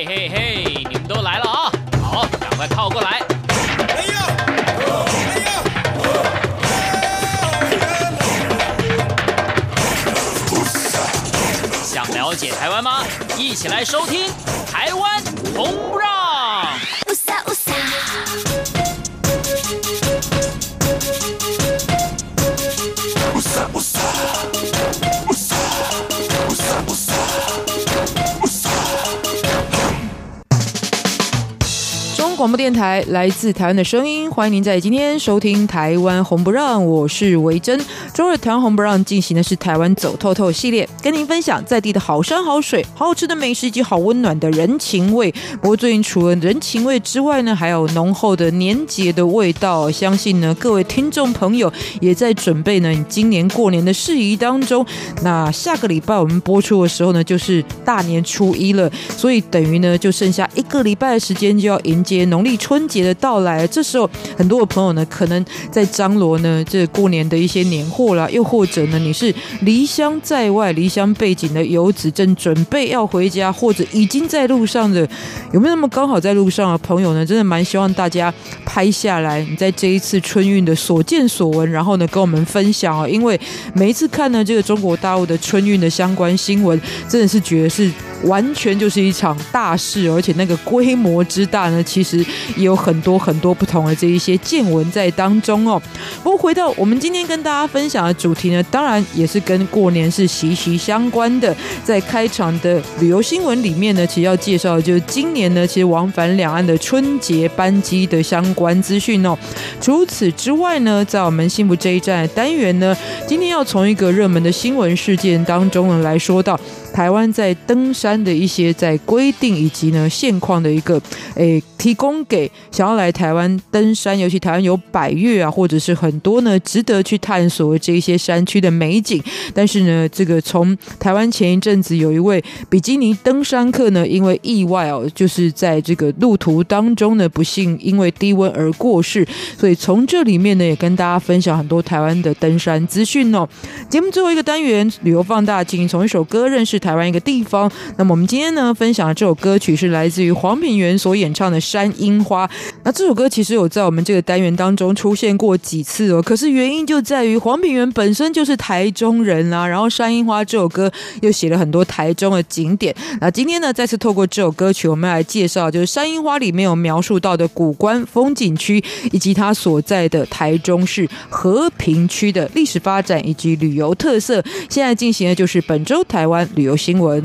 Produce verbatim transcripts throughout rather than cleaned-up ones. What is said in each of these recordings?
嘿嘿，你们都来了啊！好，赶快靠过来。哎呦，哎呦！想了解台湾吗？一起来收听《台湾红不让》。 广播电台来自台湾的声音，欢迎您在今天收听台湾红不让，我是维珍。周日台湾红不让进行的是台湾走透透系列，跟您分享在地的好山好水、好好吃的美食以及好温暖的人情味。不过最近除了人情味之外呢，还有浓厚的年节的味道，相信呢各位听众朋友也在准备呢你今年过年的事宜当中。那下个礼拜我们播出的时候呢，就是大年初一了，所以等于呢就剩下一个礼拜的时间就要迎接农历春节的到来。这时候很多的朋友呢可能在张罗呢这过年的一些年货啦，又或者呢你是离乡在外离乡背景的游子，正准备要回家，或者已经在路上的，有没有那么刚好在路上的朋友呢？真的蛮希望大家拍下来你在这一次春运的所见所闻，然后呢跟我们分享哦。因为每一次看呢这个中国大陆的春运的相关新闻，真的是觉得是完全就是一场大事，而且那个规模之大呢，其实也有很多很多不同的这一些见闻在当中哦。不过回到我们今天跟大家分享的主题呢，当然也是跟过年是息息相关的。在开场的旅游新闻里面呢，其实要介绍的就是今年呢，其实往返两岸的春节班机的相关资讯哦。除此之外呢，在我们幸福这一站的单元呢，今天要从一个热门的新闻事件当中呢来说到台湾在登山的一些在规定以及呢现况的一个诶提供给想要来台湾登山，尤其台湾有百岳啊，或者是很多呢值得去探索的这一些山区的美景。但是呢，这个从台湾前一阵子有一位比基尼登山客呢，因为意外哦，就是在这个路途当中呢，不幸因为低温而过世。所以从这里面呢，也跟大家分享很多台湾的登山资讯哦。节目最后一个单元旅游放大镜，从一首歌认识台湾一个地方。那么我们今天呢分享的这首歌曲是来自于黄品源所演唱的《山樱花》。那这首歌其实有在我们这个单元当中出现过几次哦，可是原因就在于黄品源本身就是台中人啊，然后《山樱花》这首歌又写了很多台中的景点。那今天呢再次透过这首歌曲，我们来介绍就是《山樱花》里面有描述到的古关风景区，以及它所在的台中市和平区的历史发展以及旅游特色。现在进行的就是本周台湾旅游新闻。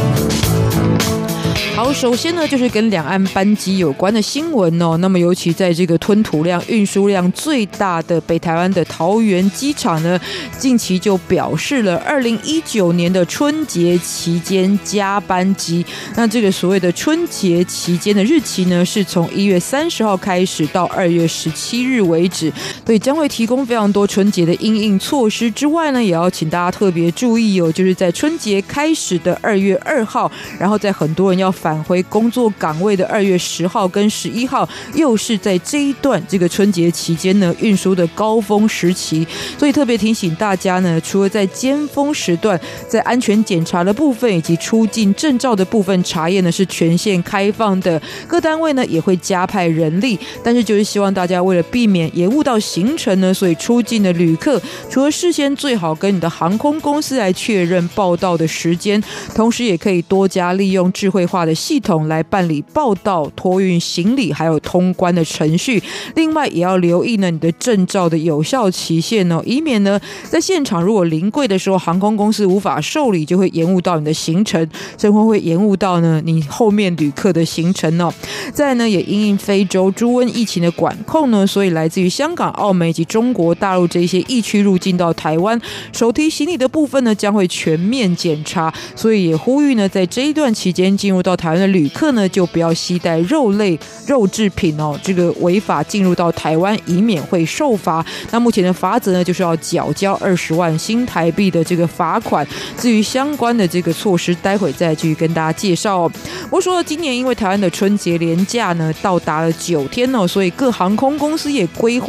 好，首先呢就是跟两岸班机有关的新闻哦。那么尤其在这个吞吐量、运输量最大的北台湾的桃园机场呢，近期就表示了二零一九年的春节期间加班机。那这个所谓的春节期间的日期呢，是从一月三十号开始到二月十七日为止，所以将会提供非常多春节的因应措施之外呢，也要请大家特别注意哦，就是在春节开始的二月二号，然后在很多人要返回工作岗位的二月十号跟十一号，又是在这一段这个春节期间呢运输的高峰时期。所以特别提醒大家呢，除了在尖峰时段在安全检查的部分以及出境证照的部分查验呢是全线开放的，各单位呢也会加派人力，但是就是希望大家为了避免延误到行程呢，所以出境的旅客除了事先最好跟你的航空公司来确认报到的时间，同时也可以多加利用智慧化的系统来办理报到、托运行李还有通关的程序。另外也要留意呢你的证照的有效期限哦，以免呢在现场如果临柜的时候航空公司无法受理，就会延误到你的行程，甚至会延误到呢你后面旅客的行程哦。再来呢也因应非洲猪瘟疫情的管控呢，所以来自于香港、澳门以及中国大陆这一些疫区入境到台湾手提行李的部分呢将会全面检查，所以也呼吁呢在这一段期间进入到台湾的旅客呢就不要携带肉类肉制品哦，这个违法进入到台湾以免会受罚。那目前的罚则呢就是要缴交二十万新台币的这个罚款。至于相关的这个措施待会再继续跟大家介绍哦。我说今年因为台湾的春节连假呢到达了九天哦，所以各航空公司也规划变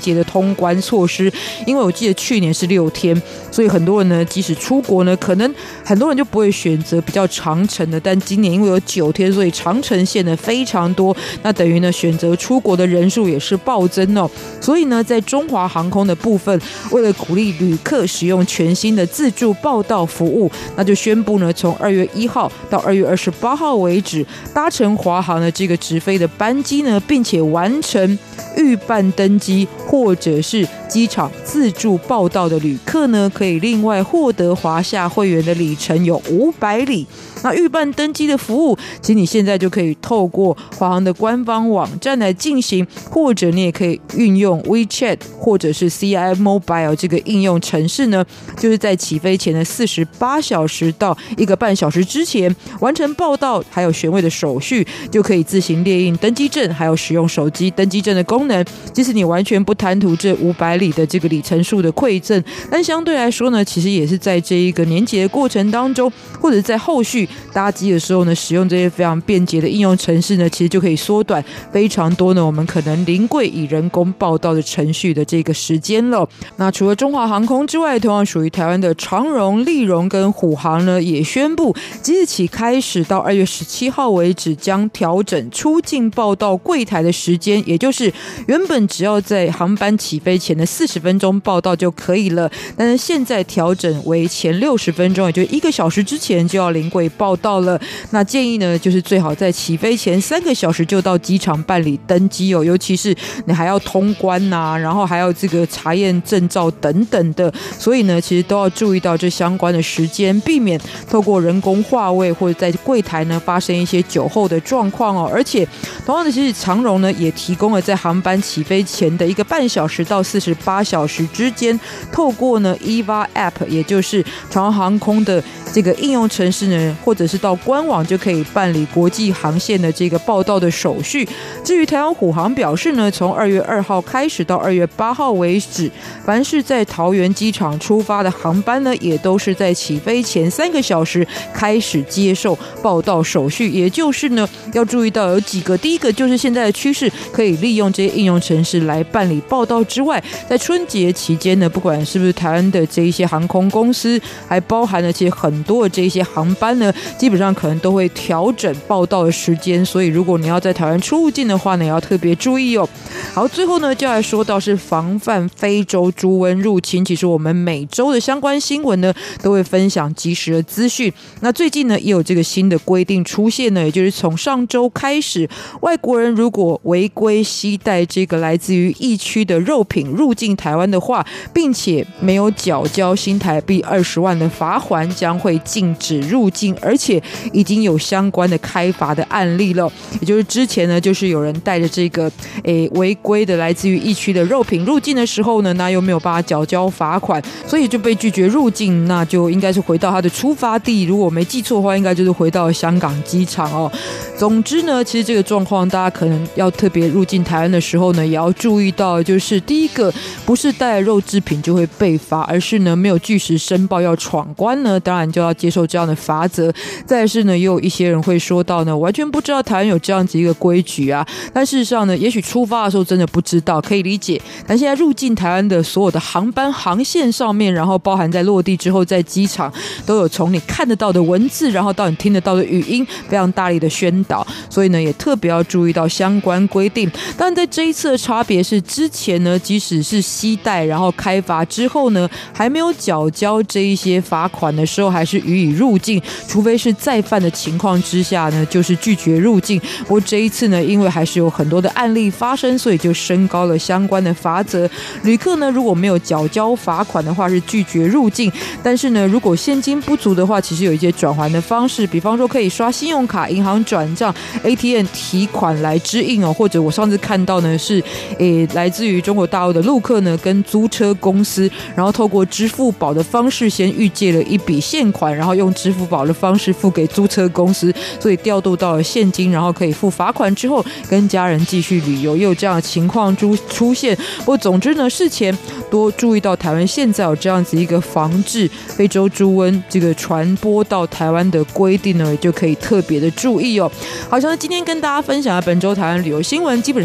捷的通关措施。因为我记得去年是六天，所以很多人呢，即使出国呢，可能很多人就不会选择比较长程的，但今年因为有九天，所以长程线呢非常多，那等于呢选择出国的人数也是暴增哦。所以呢，在中华航空的部分，为了鼓励旅客使用全新的自助报到服务，那就宣布呢，从二月一号到二月二十八号为止，搭乘华航的这个直飞的班机呢，并且完成预办登机或者是机场自助报到的旅客呢，可以另外获得华夏会员的里程有五百里。那预办登机的服务，其实你现在就可以透过华航的官方网站来进行，或者你也可以运用 WeChat 或者是 C I Mobile 这个应用程式呢，就是在起飞前的四十八小时到一个半小时之前完成报到还有选位的手续，就可以自行列印登机证，还有使用手机登机证的功能。即使你完全不贪图这五百里的这个里程数的馈赠，但相对来说呢，其实也是在这一个年节的过程当中，或者在后续搭机的时候呢，使用这些非常便捷的应用程式呢，其实就可以缩短非常多呢我们可能临柜以人工报到的程序的这个时间了。那除了中华航空之外，同样属于台湾的长荣、立荣跟虎航呢，也宣布即日起开始到二月十七号为止，将调整出境报到柜台的时间，也就是原本只要在航班起飞前的四十分钟报到就可以了，但是现在调整为前六十分钟，也就是一个小时之前就要临柜报到了。那建议呢，就是最好在起飞前三个小时就到机场办理登机哦，尤其是你还要通关啊，然后还要这个查验证照等等的，所以呢，其实都要注意到这相关的时间，避免透过人工划位或者在柜台呢发生一些酒后的状况哦。而且同样的，其实长荣呢也提供了在航班起飞前的一个半小时到四十八小时之间，透过呢 E V A App， 也就是长荣航空的这个应用程式呢，或者是到官网就可以办理国际航线的这个报到的手续。至于台湾虎航表示呢，从二月二号开始到二月八号为止，凡是在桃园机场出发的航班呢，也都是在起飞前三个小时开始接受报到手续。也就是呢，要注意到有几个，第一个就是现在的趋势，可以利用这些应用程式来办理报到之外，在春节期间呢，不管是不是台湾的这一些航空公司，还包含了其实很多的这一些航班呢，基本上可能都会调整报到的时间，所以如果你要在台湾出入境的话呢，也要特别注意哦。好，最后呢，就来说到是防范非洲猪瘟入侵。其实我们每周的相关新闻呢，都会分享及时的资讯。那最近呢，也有这个新的规定出现呢，也就是从上周开始，外国人如果违规携带这个来自于疫区的肉品入境台湾的话，并且没有缴交新台币二十万的罚锾，将会禁止入境，而且已经有相关的开罚的案例了。也就是之前呢，就是有人带着这个诶违规的来自于疫区的肉品入境的时候呢，那又没有办法缴交罚款，所以就被拒绝入境，那就应该是回到他的出发地。如果我没记错的话，应该就是回到香港机场哦。总之呢，其实这个状况大家可能要特别入境台湾的时候呢，也要注意到，就是第一个不是带肉制品就会被罚，而是呢没有据实申报要闯关呢，当然就要接受这样的罚则。再来是呢，也有一些人会说到呢，完全不知道台湾有这样子一个规矩啊，但事实上呢，也许出发的时候真的不知道，可以理解。但现在入境台湾的所有的航班航线上面，然后包含在落地之后，在机场都有从你看得到的文字，然后到你听得到的语音，非常大力的宣导，所以呢，也特别要注意到相关规定。但在这一次的差别是，之前呢，即使是携带然后开罚之后呢，还没有缴交这一些罚款的时候，还是予以入境，除非是再犯的情况之下呢，就是拒绝入境。不过这一次呢，因为还是有很多的案例发生，所以就升高了相关的罚则。旅客呢，如果没有缴交罚款的话，是拒绝入境。但是呢，如果现金不足的话，其实有一些转还的方式，比方说可以刷信用卡、银行转账、A T M 提款来支应哦，或者我上次看到呢是诶来自于中国大陆的陆客呢，跟租车公司，然后透过支付宝的方式先预借了一笔现款，然后用支付宝的方式付给租车公司，所以调度到了现金，然后可以付罚款之后跟家人继续旅游，也有这样的情况出现。不过总之呢，事前多注意到台湾现在有这样子一个防治非洲猪瘟这个传播到台湾的规定呢，也就可以特别的注意哦。好，像今天跟大家分享的本周台湾旅游新闻，基本上都是跟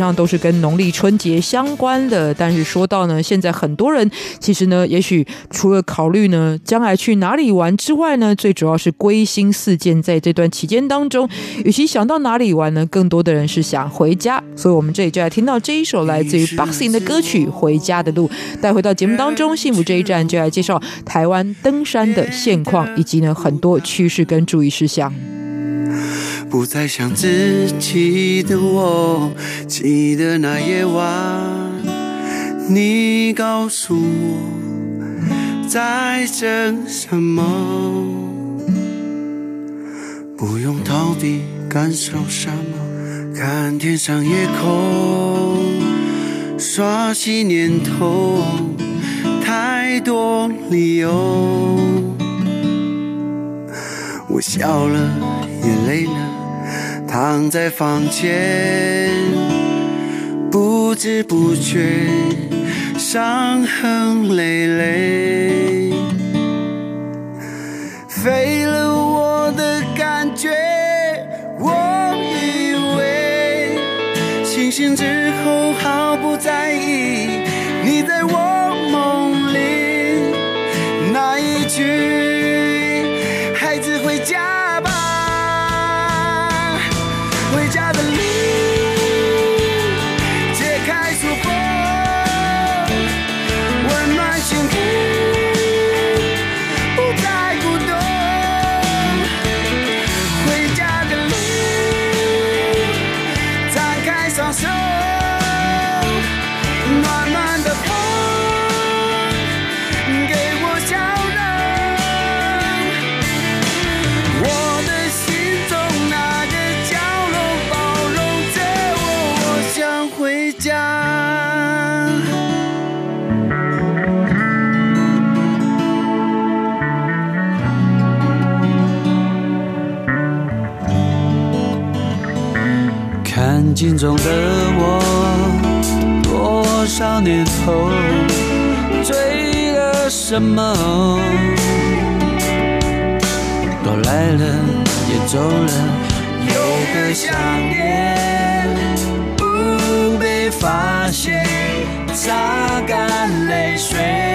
跟农历春节相关的。但是说到呢，现在很多人其实呢，也许除了考虑呢将来去哪里玩之外呢，最主要是归心似箭。在这段期间当中，与其想到哪里玩呢，更多的人是想回家。所以我们这里就来听到这一首来自于 Boxing 的歌曲《回家的路》。带回到节目当中，幸福这一站就来介绍台湾登山的现况，以及呢很多趋势跟注意事项。 不再想自己的我，记得那夜晚，你告诉我在等什么，不用逃避感受什么，看天上夜空，刷新年头，太多理由，我笑了眼泪呢躺在房间，不知不觉伤痕累累，废了我的感觉，我以为清醒之后毫不在意你在我梦里那一句孩子回家吧，回家的路解开束缚，温暖幸福，不再孤独，回家的路张开双手，暖暖的风给我笑容，我的心中那个角落包容着我，我想回家。看镜中的我，多少年后追了什么，都来了也走了，有个想念不被发现，擦干泪水，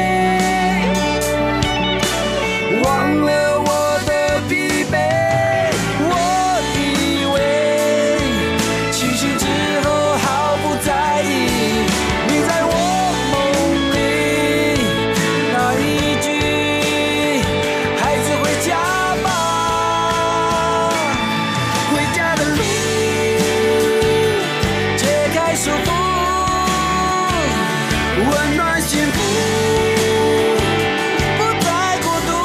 忘了我的疲惫，我以为清醒之后毫不在意你在我梦里那一句孩子回家吧，回家的路解开束缚，温暖幸福，不再孤独，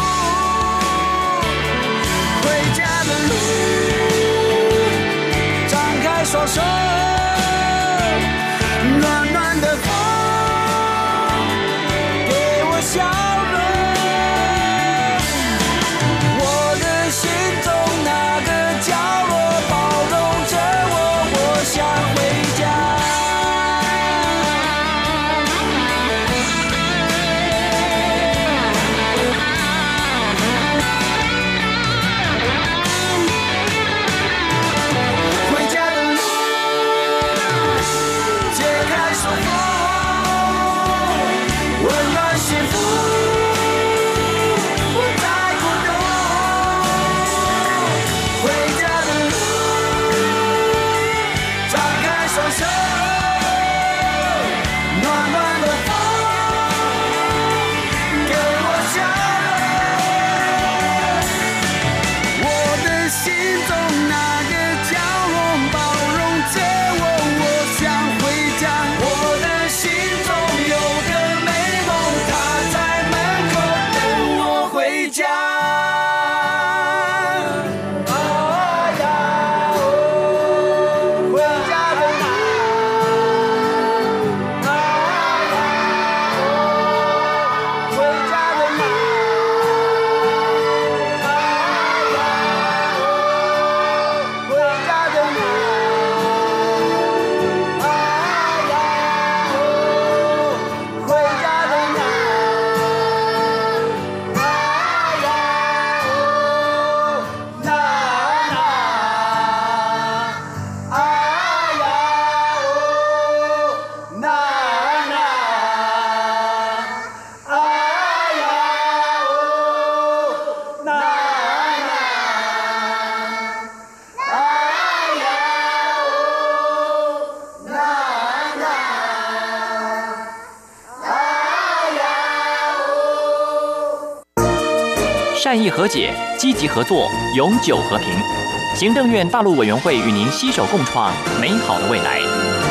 回家的路张开双手，暖暖的风给我笑容，我的心中那个角落包容着我，我想回家。回家的路善意和解，积极合作，永久和平。行政院大陆委员会与您携手共创美好的未来。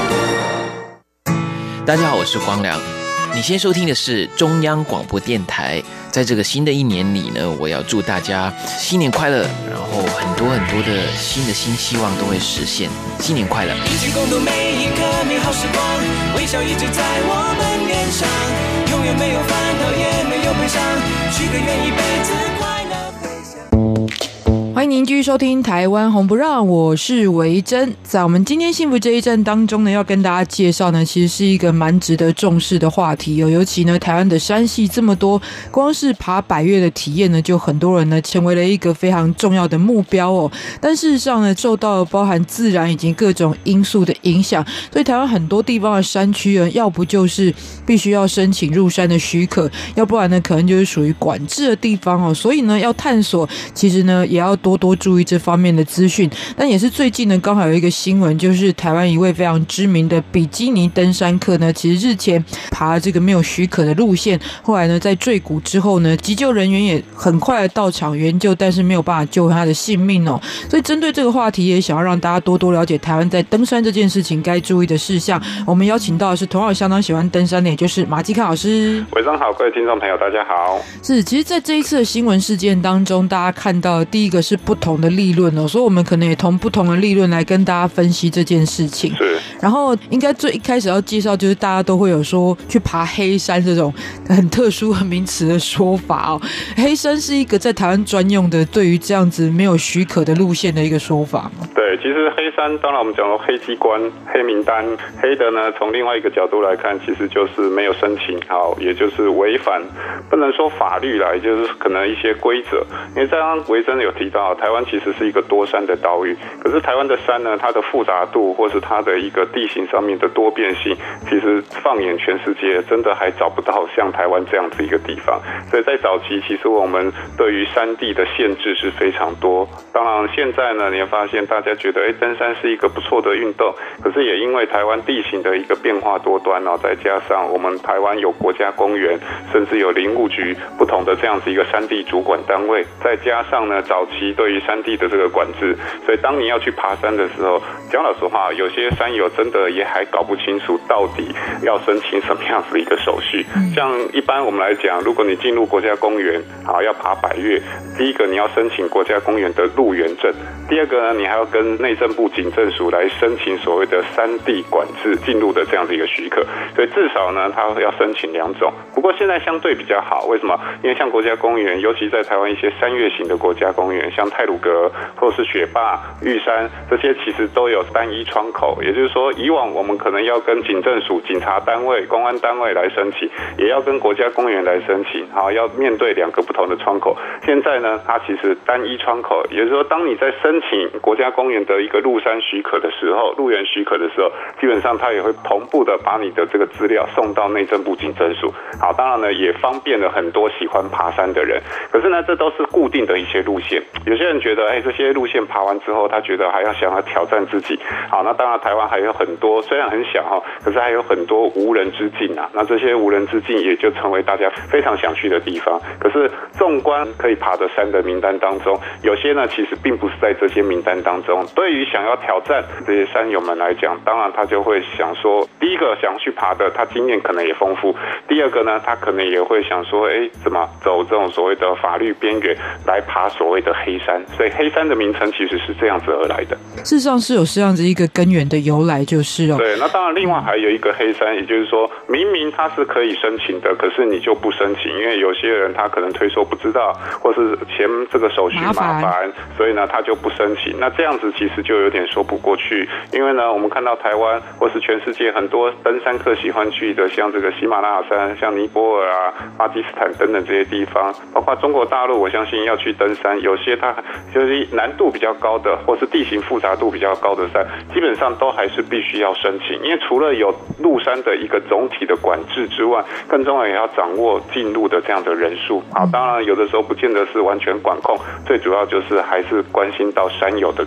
大家好，我是光良。你先收听的是中央广播电台。在这个新的一年里呢，我要祝大家新年快乐，然后很多很多的新的新希望都会实现。新年快乐！ 一起共度每一刻美好时光，微笑一直在我们脸上，永远没有烦恼，也没有悲伤，许个愿一辈子快乐回响。 欢迎您继续收听台湾红不让，我是维珍。在我们今天幸福这一站当中呢，要跟大家介绍呢，其实是一个蛮值得重视的话题哦。尤其呢，台湾的山系这么多，光是爬百岳的体验呢，就很多人呢成为了一个非常重要的目标哦。但事实上呢，受到包含自然以及各种因素的影响，所以台湾很多地方的山区呢，要不就是必须要申请入山的许可，要不然呢，可能就是属于管制的地方哦。所以呢，要探索，其实呢，也要多多注意这方面的资讯。但也是最近呢，刚好有一个新闻，就是台湾一位非常知名的比基尼登山客呢，其实日前爬了这个没有许可的路线，后来呢，在坠谷之后呢，急救人员也很快的到场援救，但是没有办法救回他的性命哦。所以针对这个话题，也想要让大家多多了解台湾在登山这件事情该注意的事项。我们邀请到的是同样相当喜欢登山的，也就是马基康老师。 伟章好，各位听众朋友，大家好。 是，其实在这一次的新闻事件当中，大家看到的第一个是不同的立论哦，所以我们可能也从不同的立论来跟大家分析这件事情。 是， 然后应该最一开始要介绍，就是大家都会有说去爬黑山这种很特殊的名词的说法哦。黑山是一个在台湾专用的对于这样子没有许可的路线的一个说法。 对，其实黑山当然我们讲到黑机关、黑名单，黑的呢，从另外一个角度来看，其实就是没有申请好，也就是违反，不能说法律啦，也就是可能一些规则。因为刚刚维珍有提到，台湾其实是一个多山的岛屿，可是台湾的山呢，它的复杂度或是它的一个地形上面的多变性，其实放眼全世界，真的还找不到像台湾这样子一个地方。所以在早期，其实我们对于山地的限制是非常多。当然，现在呢，你会发现大家觉得，哎，登山是一个不错的运动，可是也因为台湾地形的一个变化多端哦，再加上我们台湾有国家公园，甚至有林务局不同的这样子一个山地主管单位，再加上呢，早期对于山地的这个管制，所以当你要去爬山的时候，讲老实话，有些山友真的也还搞不清楚到底要申请什么样子一个手续。像一般我们来讲，如果你进入国家公园，好要爬百岳，第一个你要申请国家公园的入园证，第二个呢，你还要跟内政部警政署来申请所谓的山地管制进入的这样子一个许可，所以至少呢，它要申请两种。不过现在相对比较好，为什么？因为像国家公园，尤其在台湾一些山岳型的国家公园，像太鲁阁或是雪霸、玉山这些，其实都有单一窗口。也就是说，以往我们可能要跟警政署、警察单位、公安单位来申请，也要跟国家公园来申请，好，要面对两个不同的窗口。现在呢，它其实单一窗口，也就是说，当你在申请国家公园的一个入山许可的时候，入园许可的时候，基本上它也会同步的把你的这个资料送到内政部警政署。好，当然呢，也方便了很多喜欢爬山的人。可是呢，这都是固定的一些路线。有些人觉得，哎，这些路线爬完之后，他觉得还要想要挑战自己。好，那当然台湾还有很多，虽然很小哈，可是还有很多无人之境啊。那这些无人之境也就成为大家非常想去的地方。可是纵观可以爬的山的名单当中，有些呢其实并不是在这些名单当中。对于想要挑战这些山友们来讲，当然他就会想说，第一个想去爬的，他经验可能也丰富；第二个呢，他可能也会想说，哎，怎么走这种所谓的法律边缘来爬所谓的黑山？所以黑山的名称其实是这样子而来的。 事实上是有这样子一个根源的由来，就是哦。 对，那当然，另外还有一个黑山，也就是说，明明他是可以申请的，可是你就不申请，因为有些人他可能推说不知道，或是嫌这个手续麻烦，麻烦所以呢他就不申请。那这样子其实就有点说不过去，因为呢，我们看到台湾或是全世界很多登山客喜欢去的，像这个喜马拉雅山、像尼泊尔啊、巴基斯坦等等这些地方，包括中国大陆，我相信要去登山，有些它就是难度比较高的，或是地形复杂度比较高的山，基本上都还是必须要申请，因为除了有入山的一个总体的管制之外，更重要也要掌握进入的这样的人数。好，当然有的时候不见得是完全管控，最主要就是还是关心到山友的这个安全。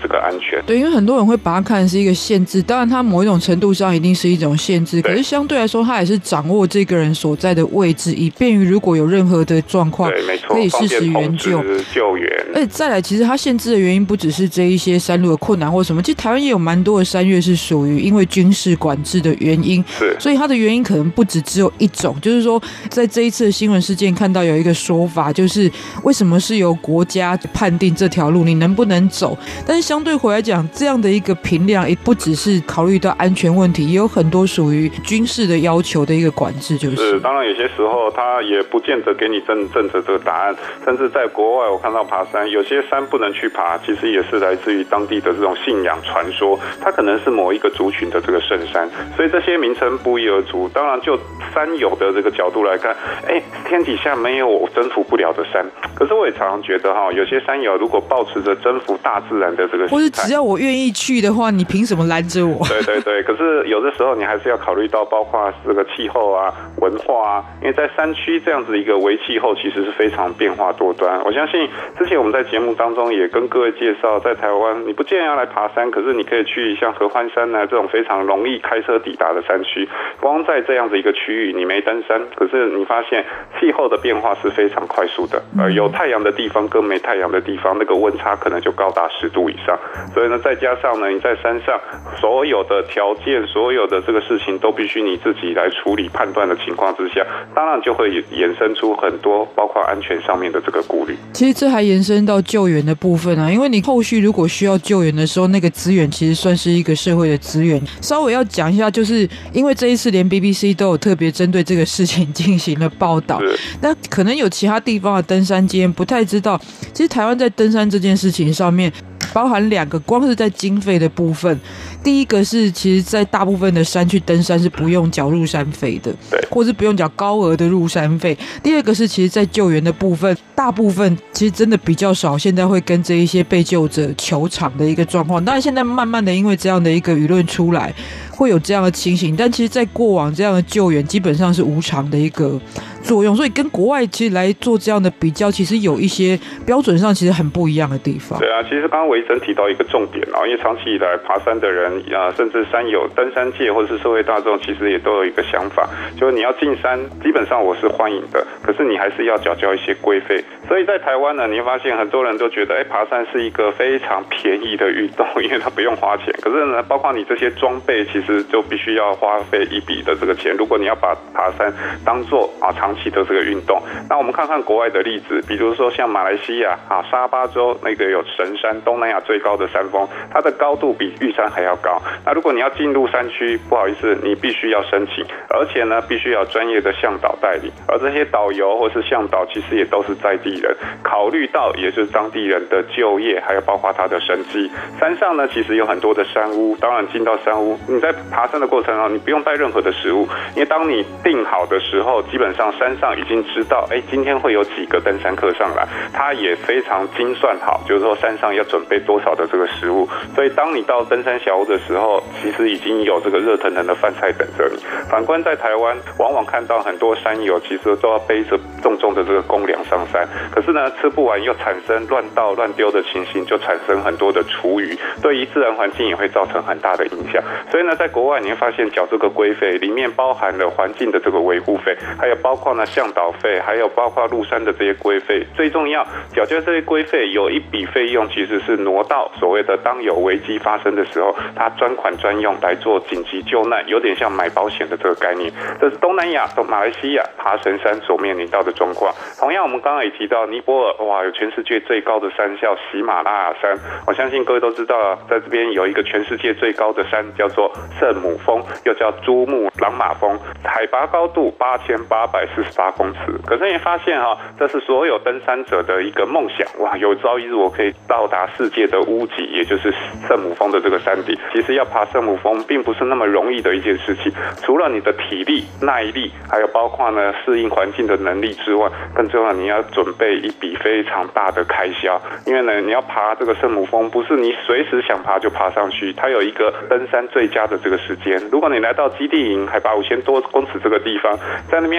全。 对，因为很多人会把它看成是一个限制，当然它某一种程度上一定是一种限制，可是相对来说，它也是掌握这个人所在的位置，以便于如果有任何的状况， 对，没错， 可以适时援救、 救援。 而且再来，其实它限制的原因不只是这一些山路的困难或什么，其实台湾也有蛮多的山岳是属于因为军事管制的原因， 是， 所以它的原因可能不只只有一种。就是说，在这一次的新闻事件看到有一个说法，就是为什么是由国家判定这条路你能不能走？但是相对回来讲，这样的一个评量也不只是考虑到安全问题，也有很多属于军事的要求的一个管制，就是。 是，当然有些时候它也不见得给你真正的这个答案，甚至在国外我看到爬山，有些山不能去爬，其实也是来自于当地的这种信仰传说，它可能是某一个族群的这个圣山，所以这些名称不一而足。当然就山友的这个角度来看，哎，天底下没有我征服不了的山。可是我也常常觉得哈，有些山友如果抱持着征服大自然的这个心态， 或是只要我愿意去的话，你凭什么拦着我？ 对对对，可是有的时候你还是要考虑到包括这个气候啊、文化啊，因为在山区这样子一个微气候其实是非常变化多端。我相信之前我们在节目当中也跟各位介绍，在台湾你不见得要来爬山，可是你可以去像合欢山啊这种非常容易开车抵达的山区，光在这样子一个区域你没登山，可是你发现气候的变化是非常快速的，呃，有太阳的地方跟没太阳的地方那个温差可能就高达十度以上，所以呢再加上呢你在山上所有的条件，所有的这个事情都必须你自己来处理判断的情况之下，当然就会衍生出很多包括安全上面的这个顾虑。 其实这还延伸到救援的部分啊，因为你后续如果需要救援的时候，那个资源其实算是一个社会的资源。稍微要讲一下，就是因为这一次连 B B C 都有特别针对这个事情进行了报道，那可能有其他地方的登山经验不太知道，其实台湾在登山这件事情上面包含两个，光是在经费的部分，第一个是其实在大部分的山去登山是不用缴入山费的， 对， 或是不用缴高额的入山费。第二个是其实在救援的部分，大部分其实真的比较少现在会跟这一些被救者求偿的一个状况。当然现在慢慢的因为这样的一个舆论出来会有这样的情形，但其实在过往这样的救援基本上是无偿的一个作用，所以跟国外其实来做这样的比较，其实有一些标准上其实很不一样的地方。 对啊，其实刚刚维珍提到一个重点啊，因为长期以来爬山的人啊，甚至山友、登山界或者是社会大众，其实也都有一个想法，就是你要进山，基本上我是欢迎的，可是你还是要缴交一些规费。所以在台湾呢，你会发现很多人都觉得，哎，爬山是一个非常便宜的运动，因为它不用花钱。可是呢，包括你这些装备，其实就必须要花费一笔的这个钱。如果你要把爬山当做啊长期的这个运动，那我们看看国外的例子，比如说像马来西亚啊沙巴州那个有神山，东南亚最高的山峰，它的高度比玉山还要高。那如果你要进入山区，不好意思，你必须要申请，而且呢，必须要专业的向导带领，而这些导游或是向导其实也都是在地人，考虑到也就是当地人的就业，还有包括他的生计。山上呢，其实有很多的山屋，当然进到山屋，你在爬山的过程中，你不用带任何的食物，因为当你订好的时候，基本上山上已经知道，哎，今天会有几个登山客上来，他也非常精算好，就是说山上要准备多少的这个食物，所以当你到登山小屋的时候，其实已经有这个热腾腾的饭菜等着你。反观在台湾，往往看到很多山友其实都要背着重重的这个公粮上山，可是呢，吃不完又产生乱倒乱丢的情形，就产生很多的厨余，对于自然环境也会造成很大的影响。所以呢，在国外你会发现缴这个规费里面包含了环境的这个维护费，还有包括呢向导费，还有包括入山的这些规费。最重要，缴交这些规费有一笔费用其实是挪到所谓的当有危机发生的时候，它专款专用来做紧急救难，有点像买保险的这个概念。这是东南亚、马来西亚爬神山所面临到的状况。同样，我们刚刚也提到尼泊尔，哇，有全世界最高的山叫喜马拉雅山。我相信各位都知道，在这边有一个全世界最高的山叫做圣母峰，又叫珠穆朗玛峰，海拔高度八千八百四十八公尺。可是你发现哈，这是所有登山者的一个梦想，哇，有朝一日我可以到达世界的屋脊，也就是圣母峰的这个山顶。其实要爬圣母峰并不是那么容易的一件事情，除了你的体力、耐力，还有包括呢适应环境的能力之外，更重要你要准备一笔非常大的开销。因为呢，你要爬这个圣母峰，不是你随时想爬就爬上去，它有一个登山最佳的这个时间。如果你来到基地营海拔五千多公尺这个地方，在那边等待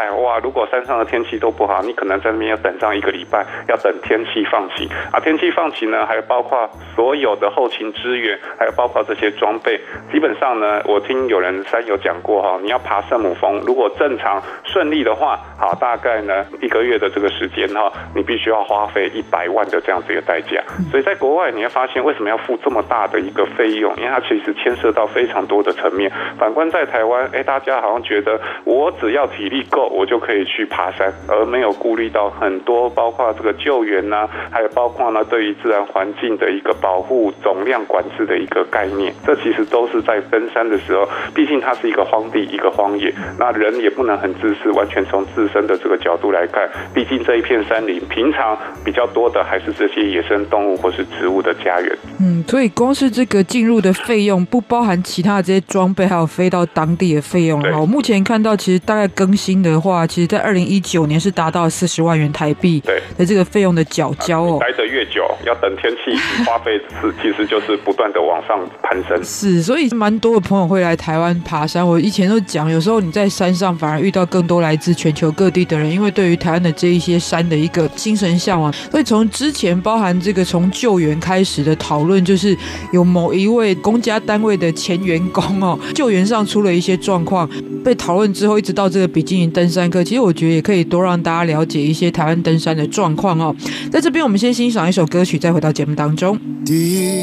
拜，哇，如果山上的天气都不好，你可能在那边要等上一个礼拜，要等天气放晴啊。天气放晴呢，还有包括所有的后勤支援，还有包括这些装备，基本上呢，我听有人山友讲过哈，你要爬圣母峰，如果正常顺利的话，好，大概呢一个月的这个时间哈，你必须要花费一百万的这样子一个代价。所以在国外你会发现，为什么要付这么大的一个费用？因为它其实牵涉到非常多的层面。反观在台湾，哎，大家好像觉得我只要体力够，我就可以去爬山，而没有顾虑到很多，包括这个救援呐、啊，还有包括呢对于自然环境的一个保护、总量管制的一个概念。这其实都是在登山的时候，毕竟它是一个荒地、一个荒野，那人也不能很自私，完全从自身的这个角度来看。毕竟这一片山林，平常比较多的还是这些野生动物或是植物的家园。 嗯，所以光是这个进入的费用，不包含其他的这些装备，还有飞到当地的费用。我目前看到，其实大概更新的话，其实在二零一九年是达到四十万元台币的这个费用的缴交哦。 待得越久，要等天气，花费是其实就是不断的往上攀升。 是，所以蛮多的朋友会来台湾爬山。我以前都讲，有时候你在山上反而遇到更多来自全球各地的人，因为对于台湾的这一些山的一个精神向往。所以从之前包含这个从救援开始的讨论，就是有某一位公家单位的前员工哦，救援上出了一些状况，被讨论之后，一直到这个比基尼登山客，其实我觉得也可以多让大家了解一些台湾登山的状况哦。在这边，我们先欣赏一首歌曲，再回到节目当中。 第一，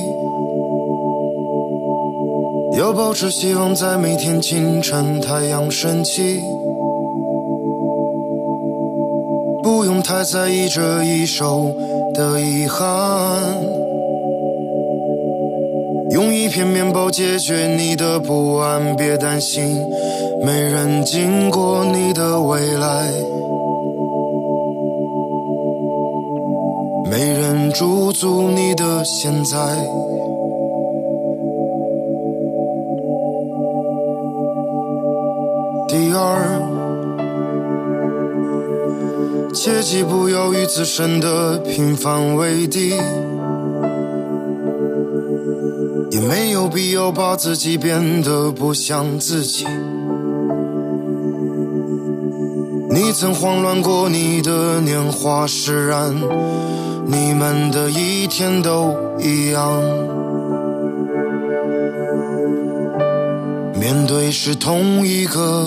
要保持希望，在每天清晨太阳升起，不用太在意这一手的遗憾，用一片面包解决你的不安，别担心，没人经过你的未来，没人驻足你的现在。第二，切记不要与自身的平凡为敌，也没有必要把自己变得不像自己。你曾慌乱过你的年华释然，你们的一天都一样，面对是同一个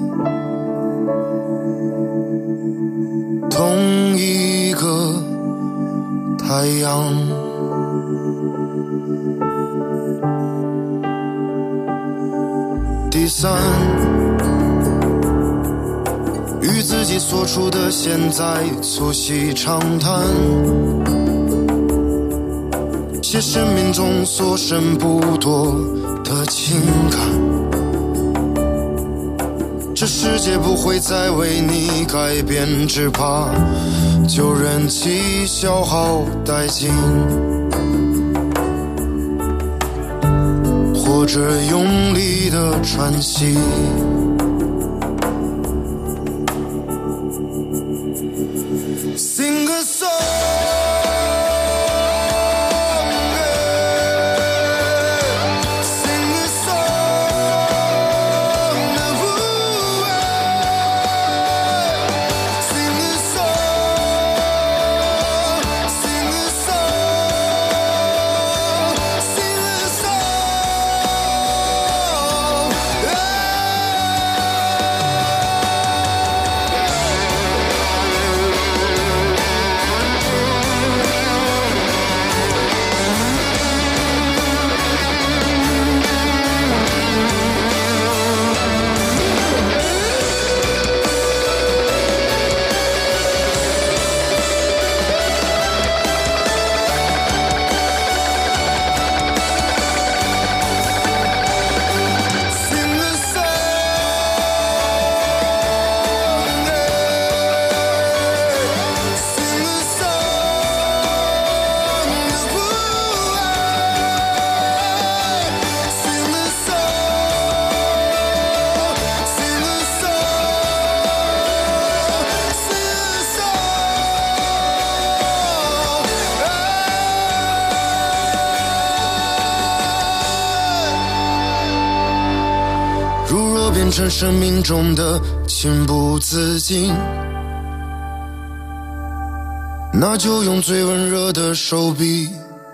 同一个太阳。第三，与自己所处的现在促膝长谈，写生命中所剩不多的情感，这世界不会再为你改变，只怕就任其消耗殆尽，或者用力的喘息。Sing a song, sing a song, sing a song, sing a song, sing a song. 变成生命中的情不自禁，那就用最温热的手臂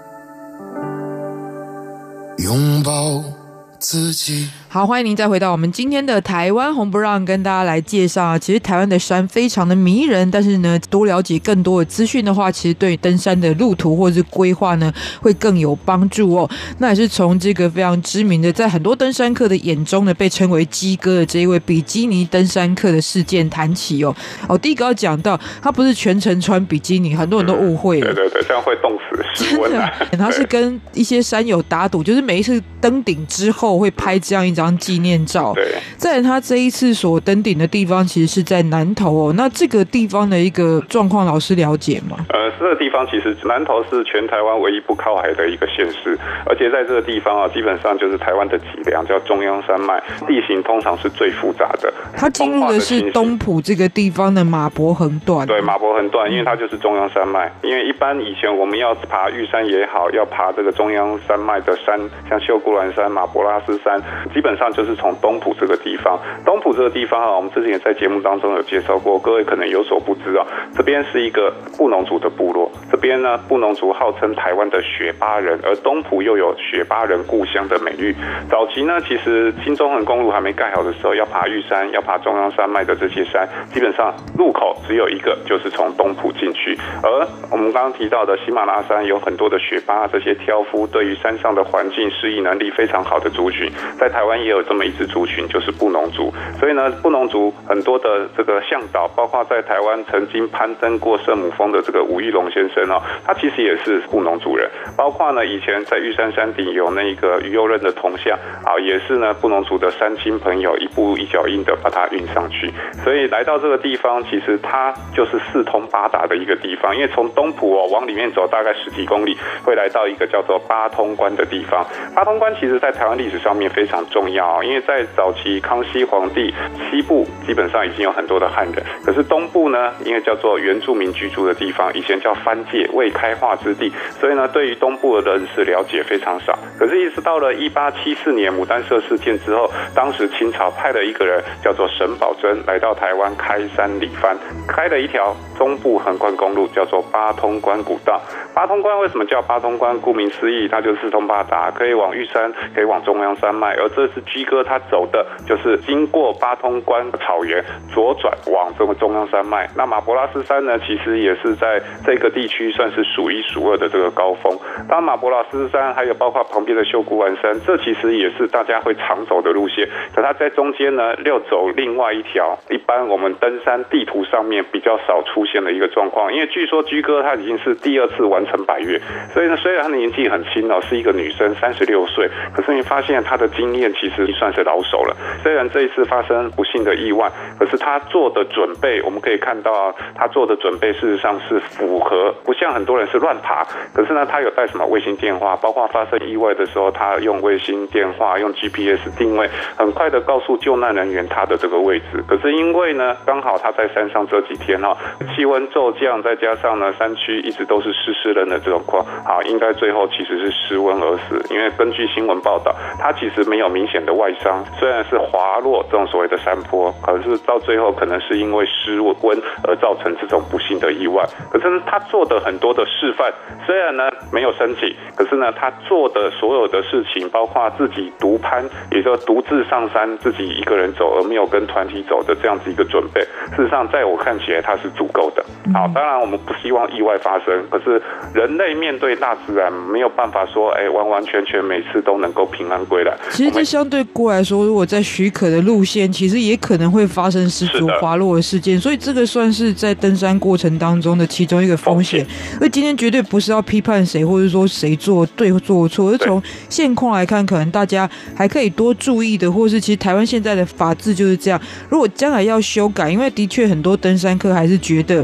拥抱自己。 好，欢迎您再回到我们今天的台湾红不让，跟大家来介绍啊，其实台湾的山非常的迷人，但是呢，多了解更多的资讯的话，其实对登山的路途或者是规划呢，会更有帮助哦。那也是从这个非常知名的，在很多登山客的眼中呢，被称为鸡哥的这一位比基尼登山客的事件谈起哦。哦，第一个要讲到，他不是全程穿比基尼，很多人都误会了。 对对对，这样会冻死，失温啊。 他是跟一些山友打赌，就是每一次登顶之后会拍这样一张纪念照。 对， 在他这一次所登顶的地方，其实是在南投哦。那这个地方的一个状况，老师了解吗？ 呃，这个地方其实南投是全台湾唯一不靠海的一个县市，而且在这个地方啊，基本上就是台湾的脊梁，叫中央山脉，地形通常是最复杂的。 它进入的是东埔这个地方的马博横断。 对，马博横断，因为它就是中央山脉。因为一般以前我们要爬玉山也好，要爬这个中央山脉的山，像秀姑峦山、马博拉斯山，基本上就是从东埔这个地方。东埔这个地方啊，我们之前也在节目当中有介绍过，各位可能有所不知啊。这边是一个布农族的部落，这边呢，布农族号称台湾的雪巴人，而东埔又有雪巴人故乡的美誉。早期呢，其实新中横公路还没盖好的时候，要爬玉山、要爬中央山脉的这些山，基本上入口只有一个，就是从东埔进去。而我们刚刚提到的喜马拉雅山有很多的雪巴，这些挑夫对于山上的环境适应能力非常好的族群，在台湾也有这么一支族群，就是布农族。所以呢，布农族很多的这个向导，包括在台湾曾经攀登过圣母峰的这个吴玉龙先生哦，他其实也是布农族人。包括呢，以前在玉山山顶有那个于右任的铜像啊，也是呢布农族的山亲朋友一步一脚印的把它运上去。所以来到这个地方，其实它就是四通八达的一个地方。因为从东埔哦往里面走大概十几公里，会来到一个叫做八通关的地方。八通关其实在台湾历史上面非常重要，因为在早期康熙皇帝西部基本上已经有很多的汉人，可是东部呢，因为叫做原住民居住的地方，以前叫藩界未开化之地，所以呢，对于东部的人士了解非常少。可是，一直到了一八七四年牡丹社事件之后，当时清朝派了一个人叫做沈葆桢来到台湾开山理藩，开了一条中部横贯公路，叫做八通关古道。八通关为什么叫八通关？顾名思义，它就是四通八达，可以往玉山，可以往中央山脉。而这次居哥他走的就是经过八通关草原，左转往这个中央山脉。那马博拉斯山呢，其实也是在这个地区算是数一数二的这个高峰。当然，马博拉斯山还有包括旁边的秀姑峦山，这其实也是大家会常走的路线。可它在中间呢，又走另外一条，一般我们登山地图上面比较少出现的一个状况。因为据说居哥他已经是第二次完成百岳，所以呢，虽然他的年纪很轻哦，是一个女生，三十六岁，可是你发现他的经验其实算是老手了。虽然这一次发生不幸的意外，可是他做的准备，我们可以看到啊，他做的准备事实上是符合，不像很多人是乱爬。可是呢，他有带什么卫星电话，包括发生意外的时候，他用卫星电话、用 G P S 定位，很快的告诉救难人员他的这个位置。可是因为呢，刚好他在山上这几天哈、哦，气温骤降，再加上呢，山区一直都是湿湿冷的这种况，啊，应该最后其实是失温而死。因为根据新闻报道，他其实没有明显的外伤，虽然是滑落这种所谓的山坡，可是到最后可能是因为失温而造成这种不幸的意外。可是呢，他做的很多的示范，虽然呢没有申请，可是呢他做的所有的事情，包括自己独攀，也就是独自上山，自己一个人走，而没有跟团体走的这样子一个准备，事实上在我看起来它是足够的。好，当然我们不希望意外发生，可是人类面对大自然没有办法说，哎，完完全全每次都能够平安归来。 其实这相对过来说，如果在许可的路线，其实也可能会发生失足滑落的事件，所以这个算是在登山过程当中的其中一个风险。而今天绝对不是要批判谁，或者说谁做对或做错，而从现况来看，可能大家还可以多注意的，或是其实台湾现在的法制就是这样。如果将来要修改，因为的确很多登山客还是觉得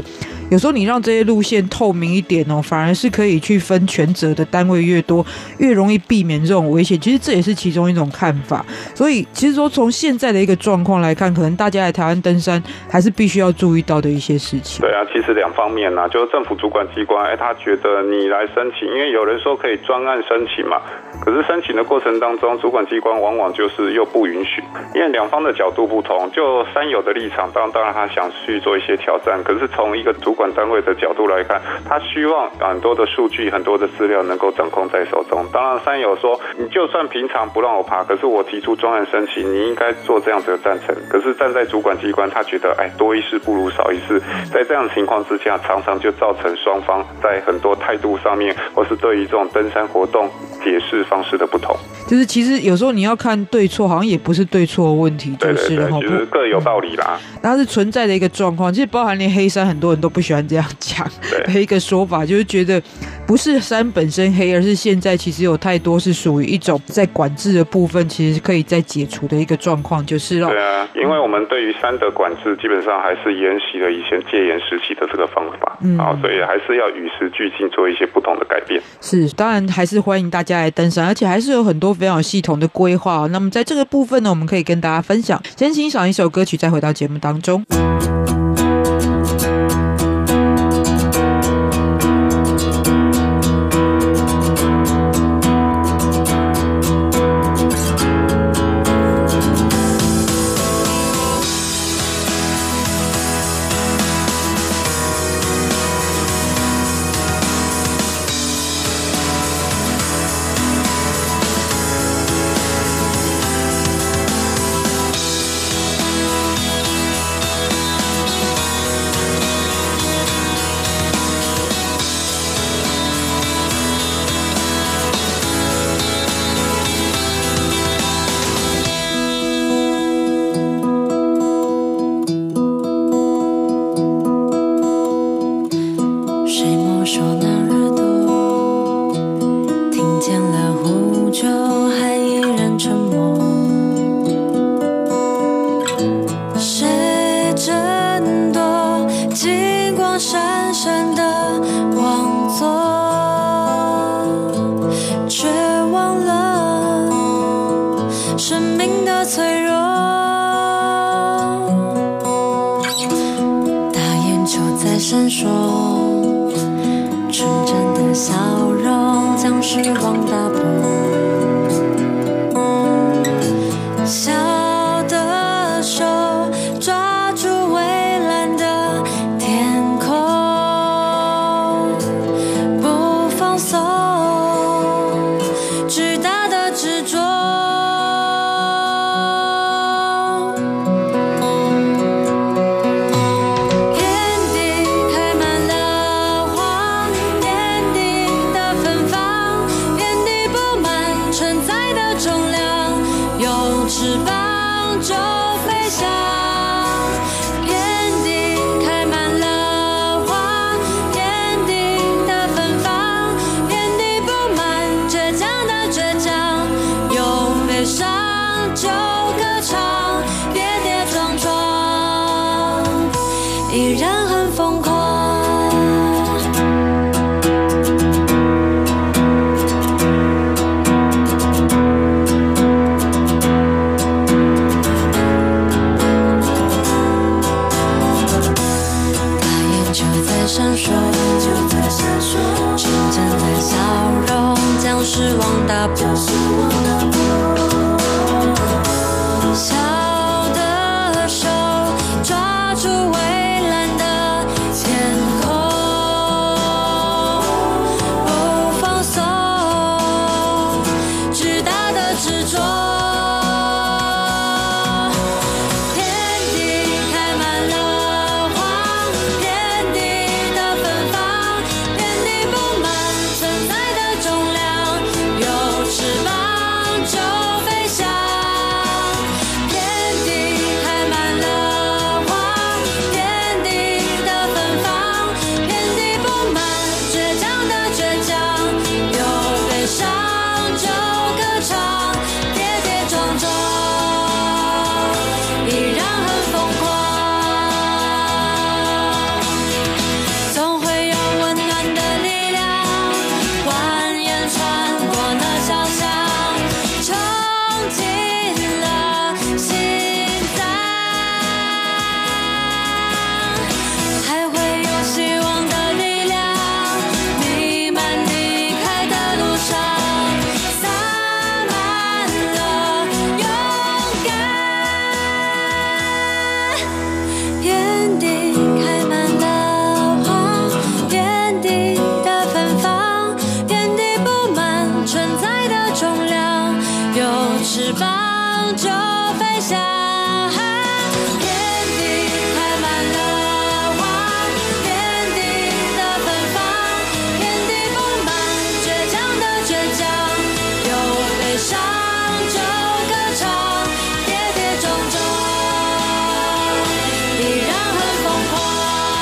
有时候你让这些路线透明一点哦，反而是可以去分权责的单位越多，越容易避免这种危险。其实这也是其中一种看法。所以其实说从现在的一个状况来看，可能大家来台湾登山还是必须要注意到的一些事情。 对啊，其实两方面啊，就是政府主管机关，哎，他觉得你来申请，因为有人说可以专案申请嘛，可是申请的过程当中，主管机关往往就是又不允许，因为两方的角度不同。就山友的立场，当然当然他想去做一些挑战，可是从一个主管单位的角度来看，他希望很多的数据、很多的资料能够掌控在手中。当然，山友说，你就算平常不让我爬，可是我提出专案申请，你应该做这样子的赞成。可是站在主管机关，他觉得，哎，多一事不如少一事。在这样的情况之下，常常就造成双方在很多态度上面，或是对于这种登山活动解释方式的不同。 就是其实有时候你要看对错，好像也不是对错的问题，就是了。 对对对，就是各有道理啦。 它是存在的一个状况，其实包含连黑山很多人都不喜欢这样讲的一个说法，就是觉得不是山本身黑，而是现在其实有太多是属于一种在管制的部分，其实可以再解除的一个状况，就是了。 对啊，因为我们对于山的管制基本上还是沿袭了以前戒严时期的这个方法，嗯，好，所以还是要与时俱进，做一些不同的改变。 是，当然还是欢迎大家来登山，而且还是有很多非常有系统的规划。那么在这个部分呢，我们可以跟大家分享。先欣赏一首歌曲，再回到节目当中。 闪烁，纯真的笑容将时光打破。小的手抓住蔚蓝的天空，不放松，巨大的执着。翅膀就飞翔，天地开满了花，天地的芬芳，天地布满倔强的倔强，用悲伤就歌唱，跌跌撞撞，依然很疯狂。闪烁，纯真的笑容将失望打破。小的手抓住蔚蓝的天空，不放松，巨大的执着。翅膀就飞翔，天翅膀就飞翔。天地开满了花，天地的芬芳，天地丰满倔强的倔强，有悲伤就歌唱，跌跌撞撞依然很疯狂。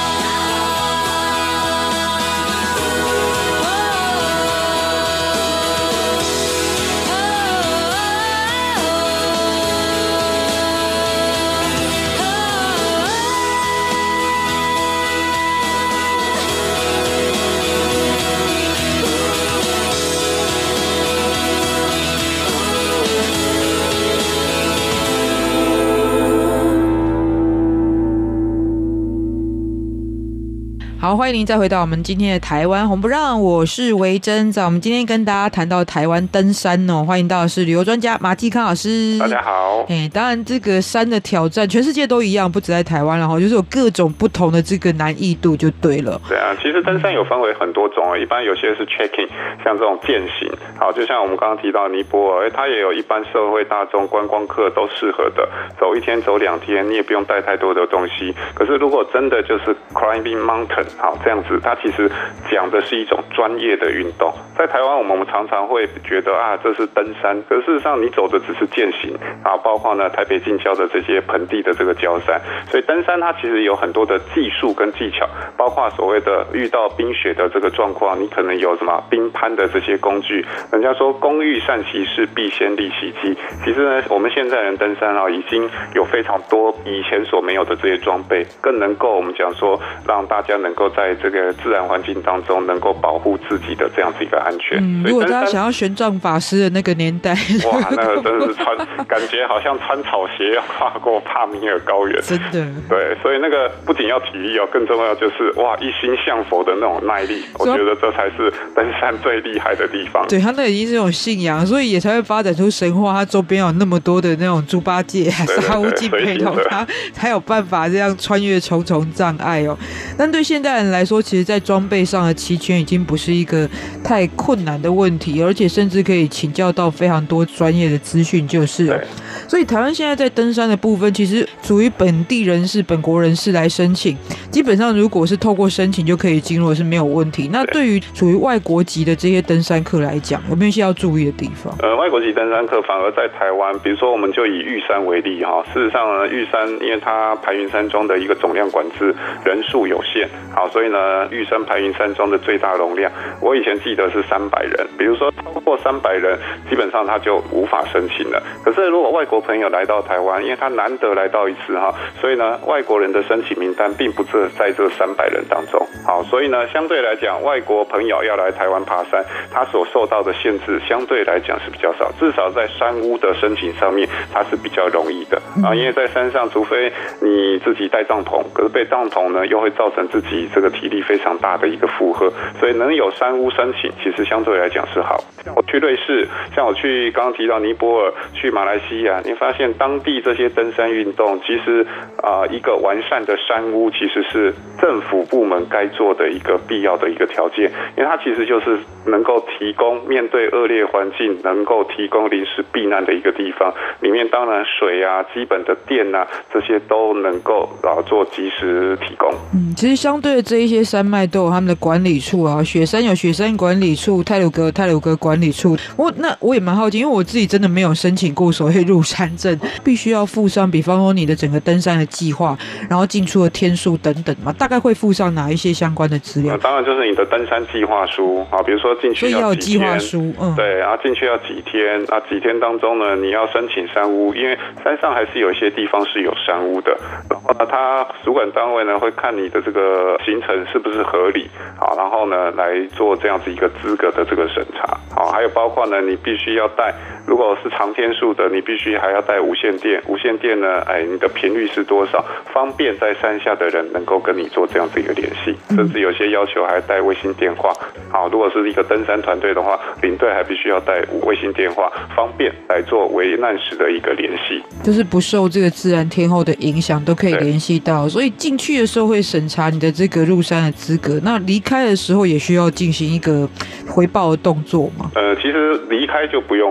好，欢迎您再回到我们今天的台湾红不让，我是维珍。在我们今天跟大家谈到台湾登山哦，欢迎到的是旅游专家马继康老师。 大家好。 哎，当然这个山的挑战，全世界都一样，不止在台湾，然后就是有各种不同的这个难易度就对了。 对啊，其实登山有分为很多种，一般有些是 trekking， 像这种健行，好，就像我们刚刚提到尼泊尔，它也有一般社会大众、观光客都适合的，走一天、走两天，你也不用带太多的东西。可是如果真的就是 climbing mountain，好，这样子，它其实讲的是一种专业的运动。在台湾，我们常常会觉得啊，这是登山，可是事实上你走的只是健行啊，包括呢台北近郊的这些盆地的这个郊山。所以登山它其实有很多的技术跟技巧，包括所谓的遇到冰雪的这个状况，你可能有什么冰攀的这些工具。人家说工欲善其事，必先利其器。其实呢，我们现在人登山啊，已经有非常多以前所没有的这些装备，更能够我们讲说让大家能够在这个自然环境当中能够保护自己的这样子一个安全。 嗯，如果大家想要玄奘法师的那个年代， 哇，那个真的是穿，感觉好像穿草鞋要跨过帕米尔高原， 真的。 对，所以那个不仅要体力哦，更重要就是哇，一心向佛的那种耐力，我觉得这才是登山最厉害的地方。 对，他那已经是一种信仰，所以也才会发展出神话，他周边有那么多的那种猪八戒、沙悟净陪同他，才有办法这样穿越重重障碍哦。但对现代人来说，其实在装备上的齐全已经不是一个太困难的问题，而且甚至可以请教到非常多专业的资讯就是了。所以台湾现在在登山的部分，其实属于本地人士、本国人士来申请，基本上如果是透过申请就可以进入是没有问题。那对于属于外国籍的这些登山客来讲，有没有一些要注意的地方？ 呃，外国籍登山客反而在台湾，比如说我们就以玉山为例哈，事实上呢，玉山因为它排云山庄的一个总量管制人数有限，好，所以呢，玉山排云山庄的最大容量，我以前记得是三百人，比如说超过三百人，基本上他就无法申请了。可是如果外国朋友来到台湾，因为他难得来到一次哈，所以呢，外国人的申请名单并不是在这三百人当中。好，所以呢，相对来讲，外国朋友要来台湾爬山，他所受到的限制相对来讲是比较少，至少在山屋的申请上面，它是比较容易的啊。因为在山上，除非你自己带帐篷，可是背帐篷呢，又会造成自己这个体力非常大的一个负荷，所以能有山屋申请，其实相对来讲是好。像我去瑞士，像我去刚刚提到尼泊尔，去马来西亚，你发现当地这些登山运动，其实啊、呃，一个完善的山屋其实是政府部门该做的一个必要的一个条件，因为它其实就是能够提供面对恶劣环境能够提供临时避难的一个地方，里面当然水啊、基本的电啊这些都能够啊做及时提供。 嗯，其实相对的这一些山脉都有他们的管理处啊，雪山有雪山管理处，太鲁阁太鲁阁管理处。我那我也蛮好奇，因为我自己真的没有申请过所谓入山证，必须要附上，比方说你的整个登山的计划，然后进出的天数等等嘛，大概会附上哪一些相关的资料？ 呃、当然就是你的登山计划书啊，比如说进去要几天，所以要有计划书，嗯，对，然后进去要几天，啊，几天当中呢，你要申请山屋，因为山上还是有一些地方是有山屋的，然后呢，他主管单位呢会看你的这个行程是不是合理，好，然后呢来做这样子一个资格的这个审查，好，还有包括呢，你必须要带，如果是长天数的，你必须还要带无线电，无线电呢，哎，你的频率是多少，方便在山下的人能够跟你做这样子一个联系，甚至有些要求还带卫星电话，好，如果是一个登山团队的话，领队还必须要带卫星电话，方便来做危难时的一个联系， 就是不受这个自然天候的影响都可以联系到，所以进去的时候会审查你的这个入山的资格，那离开的时候也需要进行一个回报的动作吗？ 呃，其实离开就不用回报，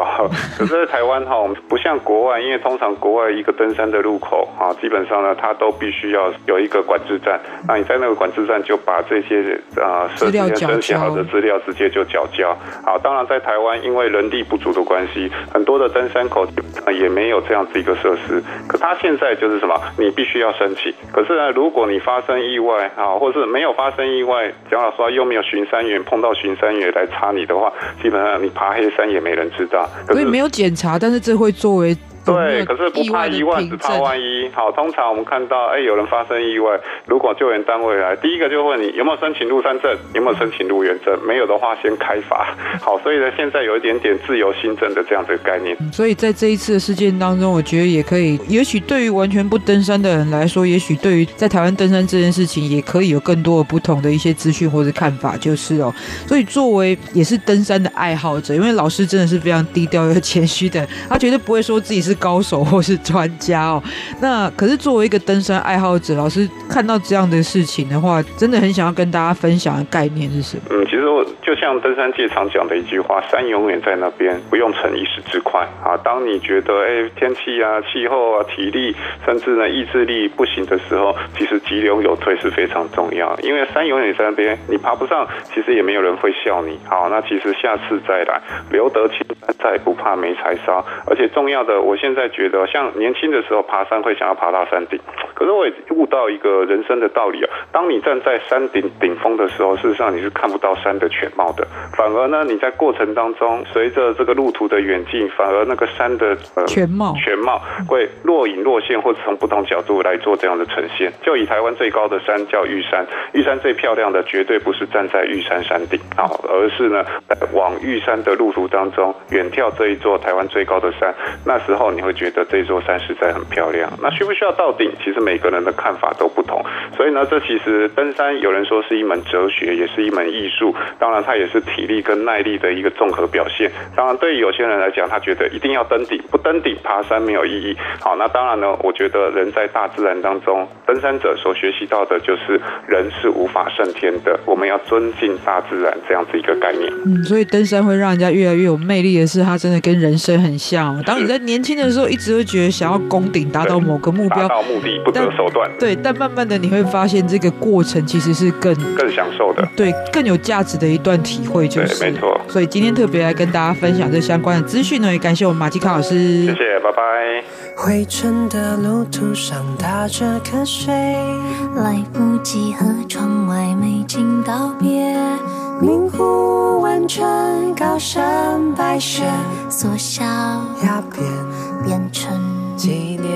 好，可是在台湾哈，我们不像国外，因为通常国外一个登山的路口啊，基本上呢，它都必须要有一个管制站。那你在那个管制站就把这些啊事先申请好的资料直接就缴交。好，当然在台湾因为人力不足的关系，很多的登山口也没有这样子一个设施。可它现在就是什么？你必须要申请。可是呢，如果你发生意外啊，或是没有发生意外，讲老实话又没有巡山员碰到巡山员来查你的话，基本上你爬黑山也没人知道。 所以没有检查，但是这会作为对，可是不怕一万，只怕万一。好，通常我们看到，哎，有人发生意外，如果救援单位来，第一个就问你有没有申请入山证，有没有申请入园证，没有的话先开罚。好，所以呢，现在有一点点自由新政的这样的概念。 所以在这一次的事件当中，我觉得也可以，也许对于完全不登山的人来说，也许对于在台湾登山这件事情，也可以有更多的不同的一些资讯或者看法，就是哦。所以作为也是登山的爱好者，因为老师真的是非常低调又谦虚的，他绝对不会说自己是高手或是专家哦。那可是作为一个登山爱好者，老师看到这样的事情的话，真的很想要跟大家分享的概念是什么？ 嗯，其实我就像登山界常讲的一句话，山永远在那边，不用逞一时之快啊。当你觉得哎天气啊、气候啊、体力，甚至呢意志力不行的时候，其实急流有退是非常重要。因为山永远在那边，你爬不上，其实也没有人会笑你。好，那其实下次再来，留得青山在，不怕没柴烧。而且重要的，我现在觉得，像年轻的时候爬山会想要爬到山顶，可是我也悟到一个人生的道理啊。当你站在山顶顶峰的时候，事实上你是看不到山的全貌的。反而呢，你在过程当中，随着这个路途的远近，反而那个山的、呃、 全貌全貌会若隐若现，或者从不同角度来做这样的呈现。就以台湾最高的山叫玉山，玉山最漂亮的绝对不是站在玉山山顶啊，而是呢往玉山的路途当中远眺这一座台湾最高的山。那时候你会觉得这座山实在很漂亮。那需不需要到顶？其实每个人的看法都不同。所以呢，这其实登山有人说是一门哲学，也是一门艺术。当然，它也是体力跟耐力的一个综合表现。当然，对于有些人来讲，他觉得一定要登顶，不登顶爬山没有意义。好，那当然呢，我觉得人在大自然当中，登山者所学习到的就是人是无法胜天的，我们要尊敬大自然这样子一个概念。 嗯，所以登山会让人家越来越有魅力的是，它真的跟人生很像。当你在年轻的时候，一直会觉得想要攻顶，达到某个目标， 达到目的不择手段。 对，但慢慢的你会发现，这个过程其实是更更享受的， 对，更有价值的一段体会，就是。 对，没错。 所以今天特别来跟大家分享这相关的资讯呢，也感谢我们马基卡老师。 谢谢，拜拜。 回程的路途上打着瞌睡， 来不及和窗外美景道别。 明湖温泉，高山白雪， 缩小崖边变成纪念。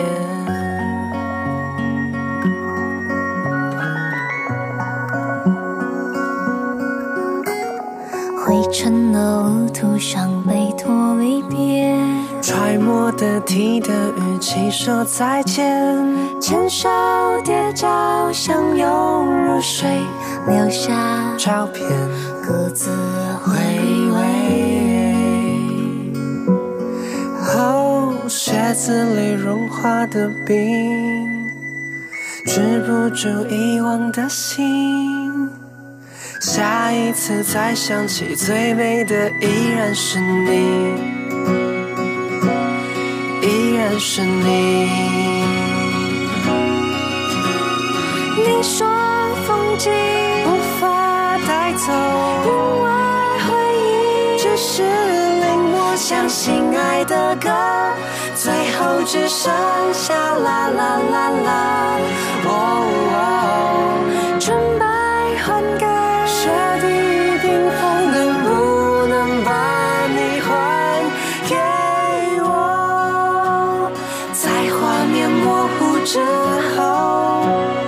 回程的路途上背托离别， 揣摩得体的语气说再见，牵手叠脚相拥入睡， 留下照片各自回味。 哦，鞋子里融化的冰，止不住遗忘的心。下一次再想起，最美的依然是你，依然是你。 你说风景无法带走， 因为回忆只是令我相信爱的歌，最后只剩下啦啦啦啦。哦哦， 纯白换给雪地冰封，能不能把你还给我？在画面模糊之后，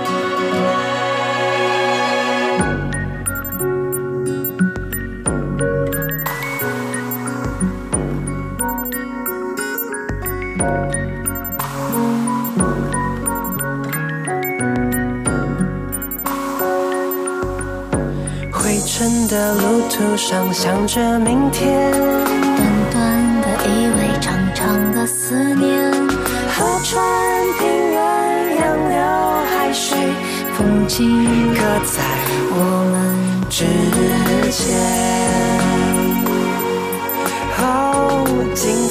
回程的路途上想着明天， 短短的依偎，长长的思念。 河川平原，杨柳海水， 风景搁在我们之间。哦，今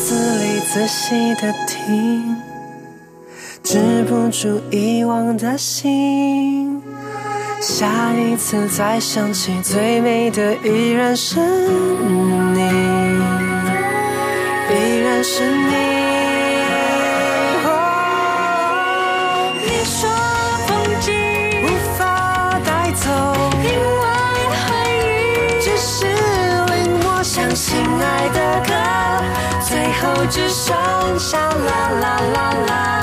仔细的听，止不住遗忘的心。下一次再想起，最美的依然是你，依然是你。哦，你说风景无法带走另外回忆，只是令我相信爱的歌，最后只剩下啦啦啦啦。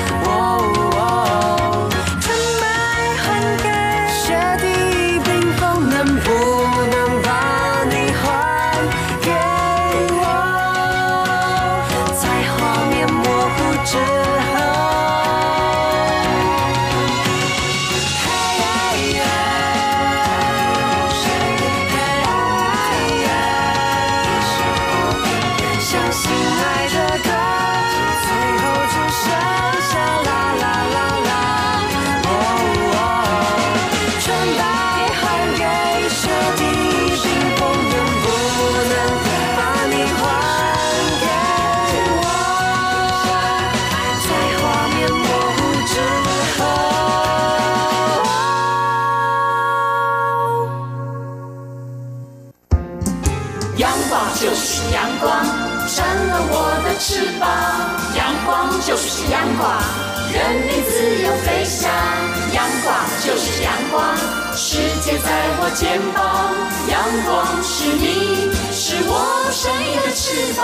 翅膀，阳光就是阳光，任你自由飞翔。阳光就是阳光，世界在我肩膀。阳光是你，是我生命的翅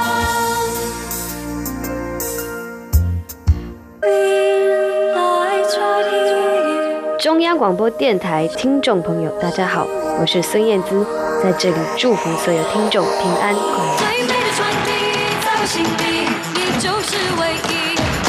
膀。中央广播电台听众朋友，大家好，我是孙燕姿，在这里祝福所有听众平安快乐。 最美的传递在我心底，你就是唯一。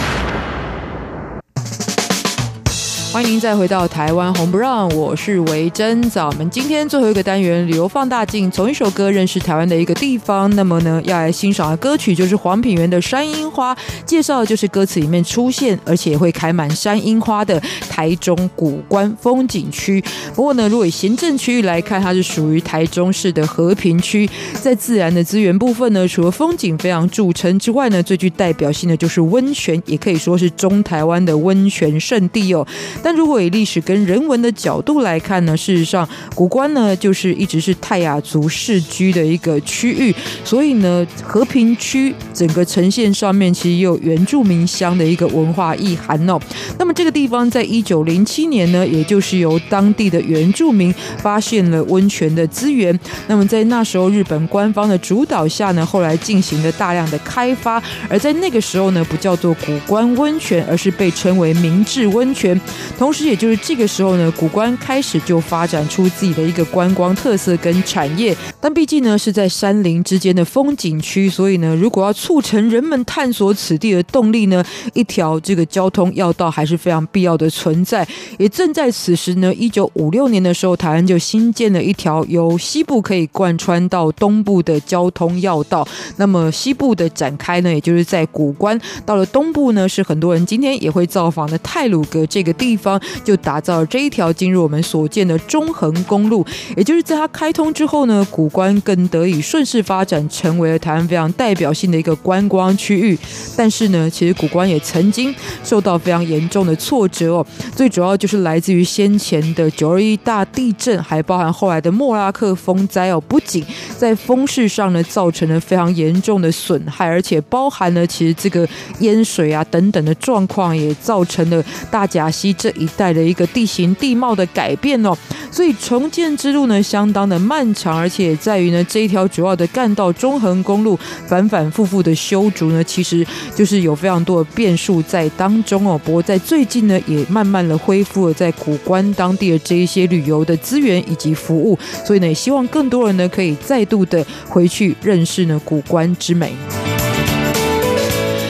欢迎您再回到台湾红不让，我是维珍。早，我们今天最后一个单元旅游放大镜，从一首歌认识台湾的一个地方。那么呢，要来欣赏的歌曲就是黄品源的《山樱花》，介绍的就是歌词里面出现而且会开满山樱花的台中谷关风景区。不过呢，如果以行政区域来看，它是属于台中市的和平区。在自然的资源部分呢，除了风景非常著称之外呢，最具代表性的就是温泉，也可以说是中台湾的温泉圣地哦。但如果以历史跟人文的角度来看呢，事实上谷关呢就是一直是泰雅族世居的一个区域，所以呢和平区整个呈现上面其实也有原住民乡的一个文化意涵哦。那么这个地方在一九零七年呢，也就是由当地的原住民发现了温泉的资源，那么在那时候日本官方的主导下呢，后来进行了大量的开发，而在那个时候呢不叫做谷关温泉，而是被称为明治温泉。同时也就是这个时候呢，谷关开始就发展出自己的一个观光特色跟产业，但毕竟呢是在山林之间的风景区，所以呢如果要促成人们探索此地的动力呢，一条这个交通要道还是非常必要的存在。也正在此时呢，一九五六年的时候，台湾就新建了一条由西部可以贯穿到东部的交通要道。那么西部的展开呢，也就是在谷关，到了东部呢，是很多人今天也会造访的太鲁阁这个地方，就打造了这一条进入我们所见的中横公路。也就是在它开通之后呢，谷关更得以顺势发展，成为了台湾非常代表性的一个观光区域。但是呢，其实谷关也曾经受到非常严重的挫折哦，最主要就是来自于先前的九二一大地震，还包含后来的莫拉克风灾哦，不仅在风势上呢造成了非常严重的损害，而且包含了其实这个淹水啊等等的状况，也造成了大甲溪这一带的一个地形地貌的改变哦。所以重建之路呢相当的漫长，而且在于呢这一条主要的干道中横公路反反复复的修筑呢，其实就是有非常多的变数在当中哦。不过在最近呢，也慢慢的恢复了在谷关当地的这一些旅游的资源以及服务，所以呢，也希望更多人呢可以再度的回去认识呢谷关之美。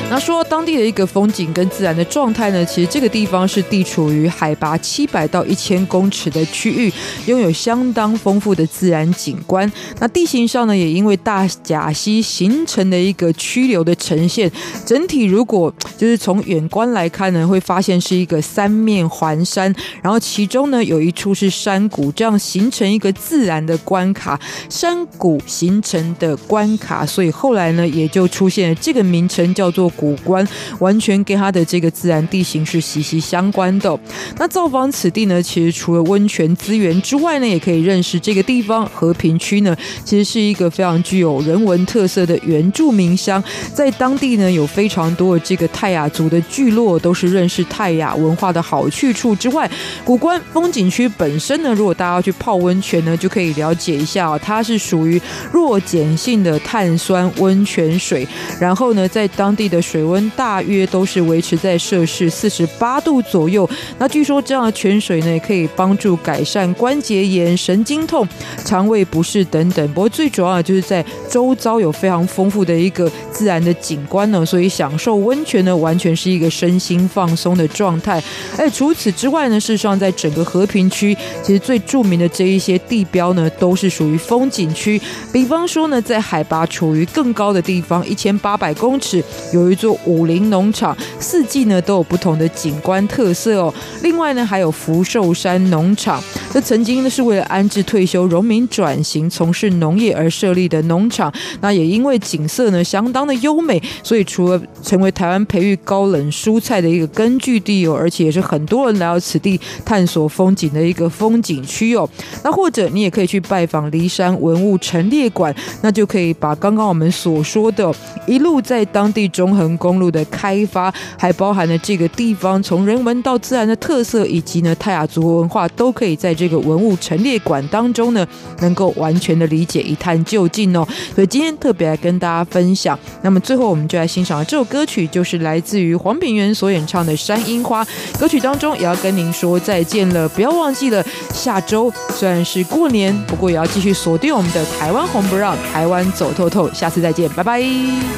那说到当地的一个风景跟自然的状态呢，其实这个地方是地处于海拔七百到一千公尺的区域，拥有相当丰富的自然景观。那地形上呢，也因为大甲溪形成的一个曲流的呈现，整体如果就是从远观来看呢，会发现是一个三面环山，然后其中呢有一处是山谷，这样形成一个自然的关卡，山谷形成的关卡，所以后来呢也就出现了这个名称叫做谷关，完全跟它的这个自然地形是息息相关的、哦。那造访此地呢，其实除了温泉资源之外呢，也可以认识这个地方和平区呢，其实是一个非常具有人文特色的原住民乡，在当地呢有非常多的这个泰雅族的聚落，都是认识泰雅文化的好去处之外，谷关风景区本身呢，如果大家要去泡温泉呢，就可以了解一下哦，它是属于弱碱性的碳酸温泉水，然后呢，在当地的水温大约都是维持在摄氏四十八度左右。那据说这样的泉水呢，也可以帮助改善关节炎、神经痛、肠胃不适等等。不过最主要的就是在周遭有非常丰富的一个自然的景观呢，所以享受温泉呢，完全是一个身心放松的状态。而除此之外呢，事实上在整个和平区，其实最著名的这一些地标呢，都是属于风景区。比方说呢，在海拔处于更高的地方，一千八百公尺，有一座武陵农场，四季呢都有不同的景观特色哦。另外呢，还有福寿山农场，这曾经呢是为了安置退休农民转型从事农业而设立的农场。那也因为景色呢相当的优美，所以除了成为台湾培育高冷蔬菜的一个根据地哦，而且也是很多人来到此地探索风景的一个风景区哦。那或者你也可以去拜访梨山文物陈列馆，那就可以把刚刚我们所说的一路在当地中横公路的开发，还包含了这个地方从人文到自然的特色，以及呢泰雅族文化，都可以在这个文物陈列馆当中呢能够完全的理解一探究竟哦。所以今天特别来跟大家分享。那么最后我们就来欣赏这首歌曲，就是来自于黄品源所演唱的《山樱花》。歌曲当中也要跟您说再见了，不要忘记了下周虽然是过年，不过也要继续锁定我们的台湾红不让，台湾走透透。下次再见，拜拜。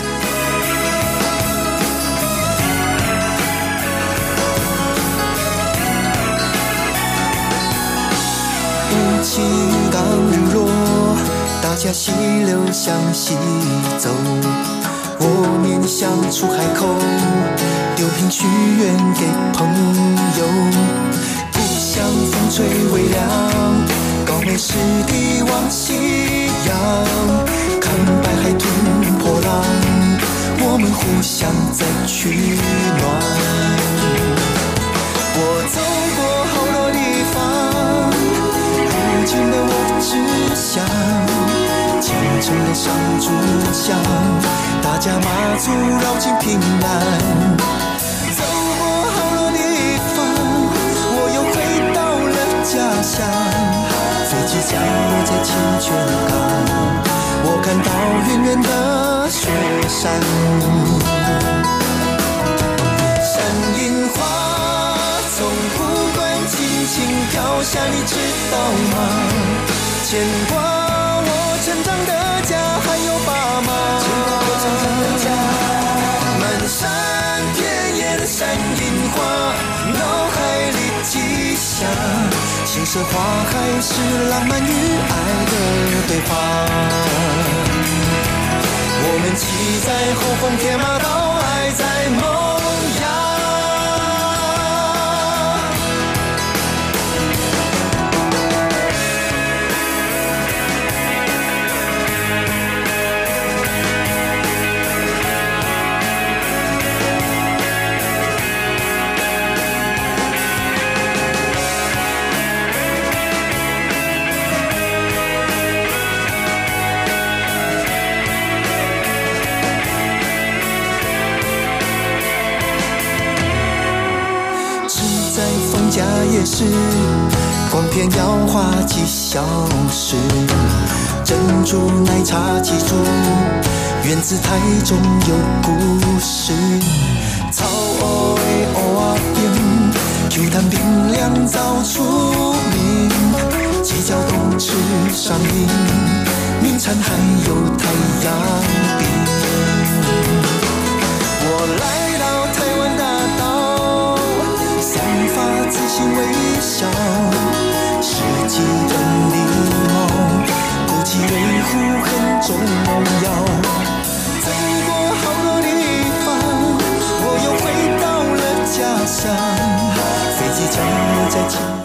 无情当日落，大家溪流向西走，我面向出海口，丢瓶许愿给朋友。故乡风吹微凉，高美湿地往夕阳，看白海吞波浪，我们互相再取暖。我走过好多地方，如今的我只想虔诚的上炷香，大家马祖绕境平安。走过好多地方，我又回到了家乡，飞机降落在清泉港，我看到远远的雪山。山樱花从湖关轻轻飘下，你知道吗？牵挂我成长的家，还有爸妈。牵挂我成长的家，漫山遍野的山樱花，脑海里记下青涩花海是浪漫与爱的对话。我们骑在后风铁马，到爱在萌芽。家夜市，光片摇花几小时，珍珠奶茶记住，源自台中有故事。草藕的蚵仔冰，Q 弹冰凉早出名，鸡脚冬吃上瘾，名产还有太阳饼。我来维护很重要。走过好多地方，我又回到了家乡，飞机降落在前。